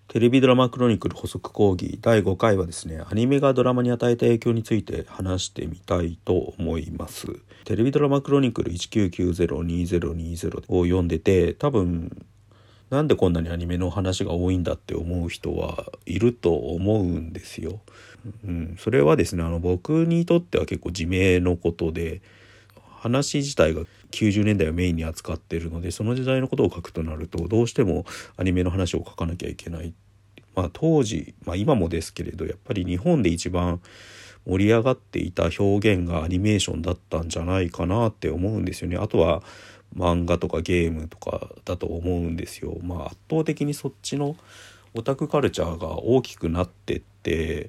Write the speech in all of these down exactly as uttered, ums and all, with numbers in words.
テレビドラマクロニクル補足講義だいごかいはですね、アニメがドラマに与えた影響について話してみたいと思います。テレビドラマクロニクルいちきゅうきゅうゼロにゼロにゼロを読んでて、多分なんでこんなにアニメの話が多いんだって思う人はいると思うんですよ。うん、それはですね、あの僕にとっては結構自明のことで、話自体がきゅうじゅうねんだいをメインに扱っているので、その時代のことを書くとなるとどうしてもアニメの話を書かなきゃいけない。まあ当時、まあ今もですけれど、やっぱり日本で一番盛り上がっていた表現がアニメーションだったんじゃないかなって思うんですよね。あとは漫画とかゲームとかだと思うんですよ。まあ圧倒的にそっちのオタクカルチャーが大きくなってって、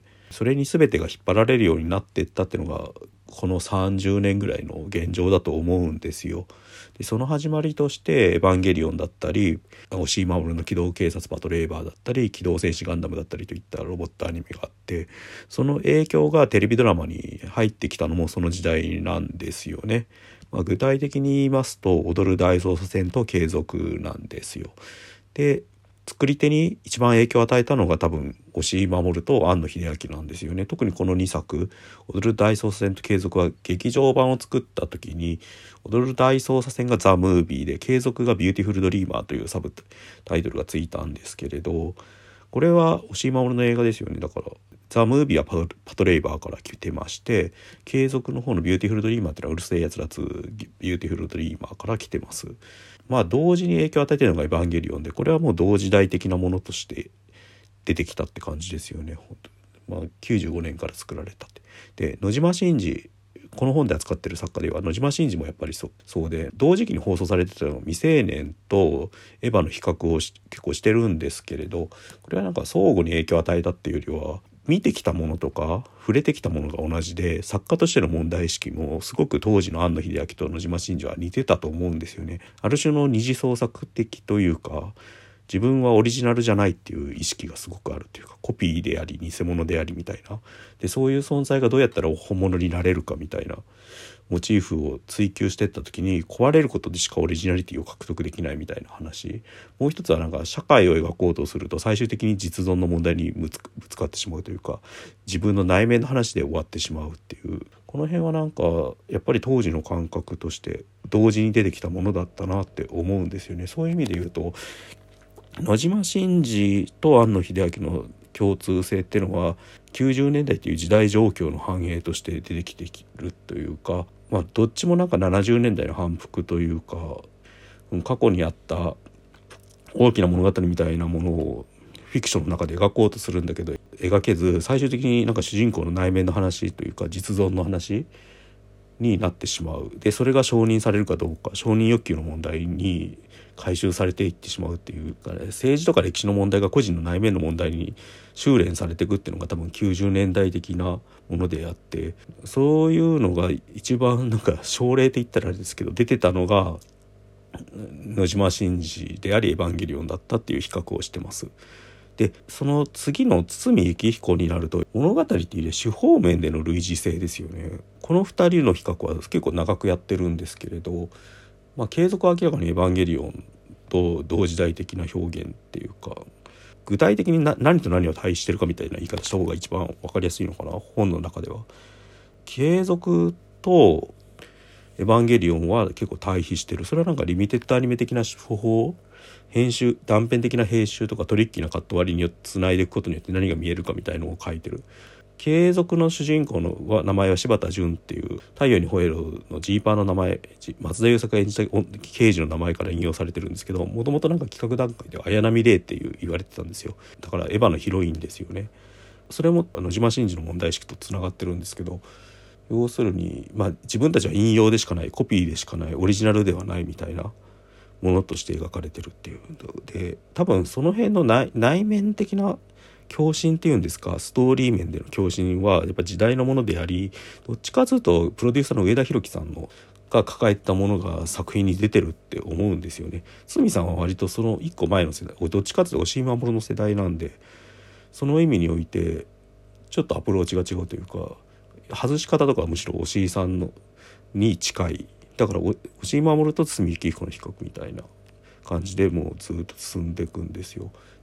それに全てが引っ張られるようになっていったっていうのがこのさんじゅうねんぐらいの現状だと思うんですよ。でその始まりとしてエヴァンゲリオンだったり、押井守の機動警察パトレーバーだったり、機動戦士ガンダムだったりといったロボットアニメがあって、その影響がテレビドラマに入ってきたのもその時代なんですよね。まあ、具体的に言いますと踊る大捜査線と継続なんですよ。で作り手に一番影響を与えたのが多分押井守と庵野秀明なんですよね。特にこのにさく、踊る大捜査線と継続は劇場版を作った時に、踊る大捜査線がザ・ムービーで、継続がビューティフルドリーマーというサブタイトルがついたんですけれど、これは押井守の映画ですよね。だからザ・ムービーはパ ト, パトレイバーから来てまして、継続の方のビューティフルドリーマーってのはうるせえやつらつビューティフルドリーマーから来てます。まあ同時に影響を与えているのがエヴァンゲリオンで、これはもう同時代的なものとして出てきたって感じですよね。本当、まあ、きゅうじゅうごねんから作られたって。で野島伸司、この本で扱ってる作家では野島伸司もやっぱり そ, そうで、同時期に放送されてたの未成年とエヴァの比較を結構してるんですけれど、これはなんか相互に影響を与えたっていうよりは、見てきたものとか触れてきたものが同じで、作家としての問題意識もすごく当時の庵野秀明と野島伸司は似てたと思うんですよね。ある種の二次創作的というか、自分はオリジナルじゃないっていう意識がすごくあるというか、コピーであり偽物でありみたいな、でそういう存在がどうやったら本物になれるかみたいなモチーフを追求していった時に、壊れることでしかオリジナリティを獲得できないみたいな話。もう一つはなんか社会を描こうとすると最終的に実存の問題にぶつかってしまうというか、自分の内面の話で終わってしまうっていう、この辺はなんかやっぱり当時の感覚として同時に出てきたものだったなって思うんですよね。そういう意味で言うと野島伸司と庵野秀明の共通性っていうのはきゅうじゅうねんだいという時代状況の反映として出てきているというか、まあどっちもなんかななじゅうねんだいの反復というか、過去にあった大きな物語みたいなものをフィクションの中で描こうとするんだけど描けず、最終的になんか主人公の内面の話というか実存の話になってしまう。でそれが承認されるかどうか、承認欲求の問題に回収されていってしまうっていうか、ね、政治とか歴史の問題が個人の内面の問題に修練されていくっていうのが多分きゅうじゅうねんだい的なものであって、そういうのが一番なんか症例って言ったらあれですけど出てたのが野島伸司でありエヴァンゲリオンだったっていう比較をしてます。でその次の堤幸彦になると物語っていう手法面での類似性ですよね。このふたりの比較は結構長くやってるんですけれど、まあ、継続は明らかにエヴァンゲリオンと同時代的な表現っていうか、具体的にな何と何を対してるかみたいな言い方した方が一番分かりやすいのかな、本の中では。継続とエヴァンゲリオンは結構対比してる。それはなんかリミテッドアニメ的な手法、編集、断片的な編集とかトリッキーなカット割りによってつないでいくことによって何が見えるかみたいのを書いてる。継続の主人公の名前は柴田純っていう太陽に吠えるのジーパーの名前、松田優作が演じた刑事の名前から引用されてるんですけど、もともとなんか企画段階では綾波レイっていう言われてたんですよ。だからエヴァのヒロインですよね。それも野島伸司の問題意識とつながってるんですけど、要するに、まあ、自分たちは引用でしかない、コピーでしかない、オリジナルではないみたいなものとして描かれてるっていう。で多分その辺の 内, 内面的な共振っていうんですか、ストーリー面での共振はやっぱ時代のものであり、どっちかというとプロデューサーの上田裕樹さんのが抱えたものが作品に出てるって思うんですよね。堤さんは割とその一個前の世代、どっちかというと押井守の世代なんで、その意味においてちょっとアプローチが違うというか、外し方とかはむしろ押井さんのに近い。だから押井守と堤幸彦の比較みたいな感じでもうずっと進んでいくんですよ。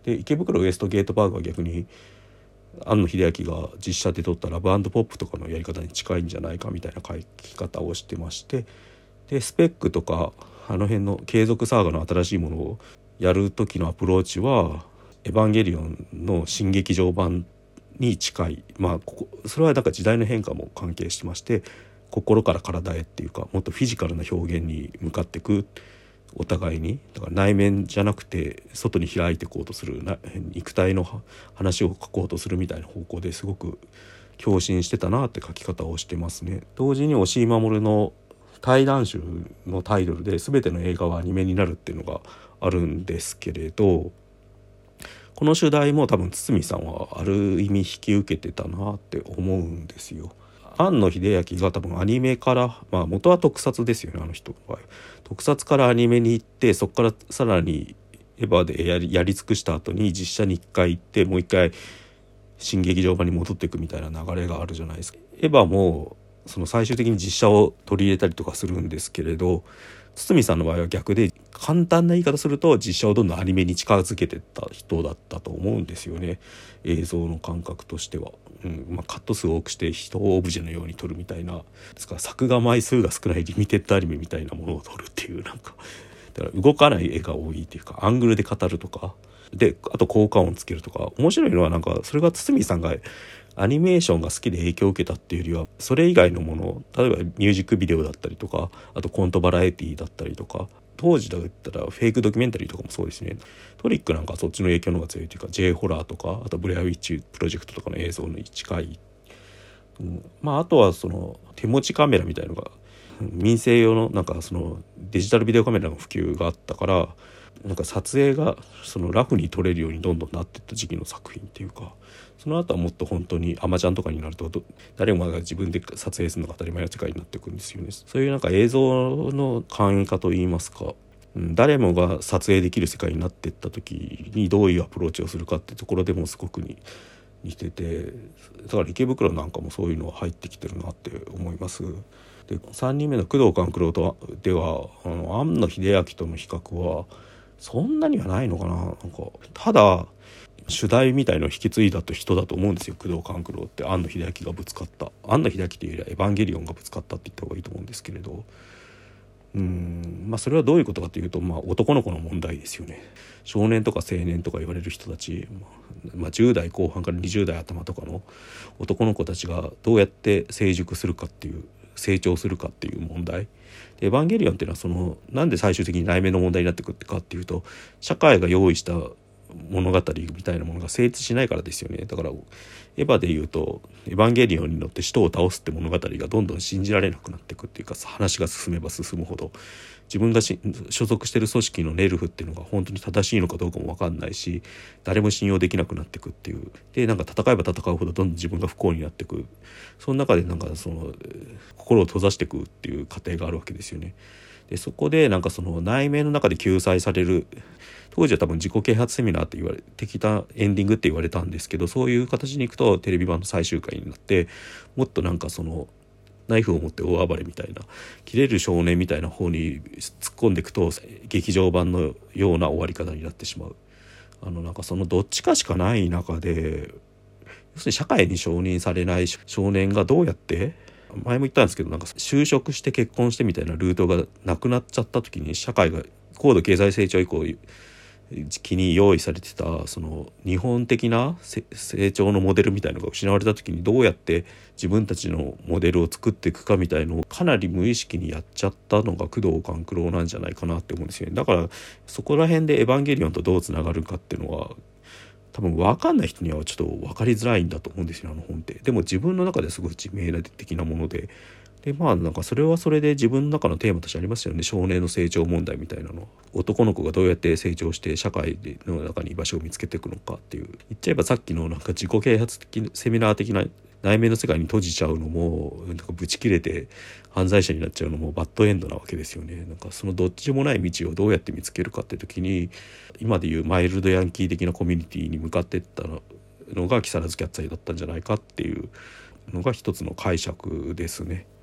で池袋ウエストゲートパークは逆に庵野秀明が実写で撮ったラブ&ポップとかのやり方に近いんじゃないかみたいな書き方をしてまして、でスペックとかあの辺の継続サーガの新しいものをやる時のアプローチはエヴァンゲリオンの新劇場版に近い、まあここそれはなんか時代の変化も関係してまして、心から体へっていうかもっとフィジカルな表現に向かっていく、お互いにだから内面じゃなくて外に開いていこうとするな肉体の話を書こうとするみたいな方向ですごく共振してたなって書き方をしてますね。同時に押井守の対談集のタイトルで全ての映画はアニメになるっていうのがあるんですけれど、この主題も多分堤さんはある意味引き受けてたなって思うんですよ。庵野秀明が多分アニメから、まあ元は特撮ですよね、あの人の場合。特撮からアニメに行って、そこからさらにエヴァでやり、やり尽くした後に実写に一回行ってもう一回新劇場版に戻っていくみたいな流れがあるじゃないですか。エヴァもその最終的に実写を取り入れたりとかするんですけれど、堤さんの場合は逆で、簡単な言い方すると実写をどんどんアニメに近づけてった人だったと思うんですよね、映像の感覚としては。うんまあ、カット数を多くして人をオブジェのように撮るみたいな、ですから作画枚数が少ないリミテッドアニメみたいなものを撮るっていう、なんかだから動かない絵が多いっていうか、アングルで語るとかで、あと効果音つけるとか。面白いのはなんかそれが堤さんがアニメーションが好きで影響を受けたっていうよりは、それ以外のもの、例えばミュージックビデオだったりとか、あとコントバラエティだったりとか、当時だったらフェイクドキュメンタリーとかもそうですね。トリックなんかそっちの影響の方が強いというか、 J ホラーとか、あとブレアウィッチプロジェクトとかの映像に近い、うん、まああとはその手持ちカメラみたいのが民生用のなんかそのデジタルビデオカメラの普及があったから、なんか撮影がそのラフに撮れるようにどんどんなっていった時期の作品っていうか、その後はもっと本当にアマちゃんとかになると誰もが自分で撮影するのが当たり前の世界になっていくんですよね。そういうなんか映像の簡易化といいますか、うん、誰もが撮影できる世界になっていった時にどういうアプローチをするかってところでもすごくに似てて、だから池袋なんかもそういうのは入ってきてるなって思います。でさんにんめの工藤官九郎とではあの庵野秀明との比較はそんなにはないのかな。なんかただ主題みたいのを引き継いだと人だと思うんですよ、工藤官九郎って。庵野秀明がぶつかった庵野秀明っていうよりはエヴァンゲリオンがぶつかったって言った方がいいと思うんですけれど、うーんまあそれはどういうことかというと、まあ男の子の問題ですよね。少年とか青年とか言われる人たち、まあ、じゅう代後半からにじゅう代頭とかの男の子たちがどうやって成熟するかっていう、成長するかっていう問題で、エヴァンゲリオンっていうのはそのなんで最終的に内面の問題になってくるかっていうと、社会が用意した物語みたいなものが成立しないからですよね。だからエヴァでいうとエヴァンゲリオンに乗って使徒を倒すって物語がどんどん信じられなくなっていくっていうか、話が進めば進むほど自分がし所属している組織のネルフっていうのが本当に正しいのかどうかも分かんないし、誰も信用できなくなっていくっていう。でなんか戦えば戦うほどどんどん自分が不幸になっていく。その中でなんかその心を閉ざしていくっていう過程があるわけですよね。でそこでなんかその内面の中で救済される、当時は多分自己啓発セミナーって言われ的なエンディングって言われたんですけど、そういう形に行くとテレビ版の最終回になって、もっとなんかそのナイフを持って大暴れみたいな、切れる少年みたいな方に突っ込んでいくと劇場版のような終わり方になってしまう。あのなんかそのどっちかしかない中で、要するに社会に承認されない少年がどうやって、前も言ったんですけど、なんか就職して結婚してみたいなルートがなくなっちゃった時に、社会が高度経済成長以降期に用意されてたその日本的な成長のモデルみたいのが失われた時に、どうやって自分たちのモデルを作っていくかみたいのをかなり無意識にやっちゃったのが工藤官九郎なんじゃないかなって思うんですよね。だからそこら辺でエヴァンゲリオンとどうつながるかっていうのは多分分かんない人にはちょっと分かりづらいんだと思うんですよ、あの本って。でも自分の中ですごい致命的なもので、でまあなんかそれはそれで自分の中のテーマとしてありますよね。少年の成長問題みたいなの、男の子がどうやって成長して社会の中に居場所を見つけていくのかっていう、言っちゃえばさっきのなんか自己啓発的セミナー的な内面の世界に閉じちゃうのも、なんかブチ切れて犯罪者になっちゃうのもバッドエンドなわけですよね。なんかそのどっちもない道をどうやって見つけるかって時に、今でいうマイルドヤンキー的なコミュニティに向かっていったのが木更津キャッツアイだったんじゃないかっていうのが一つの解釈ですね。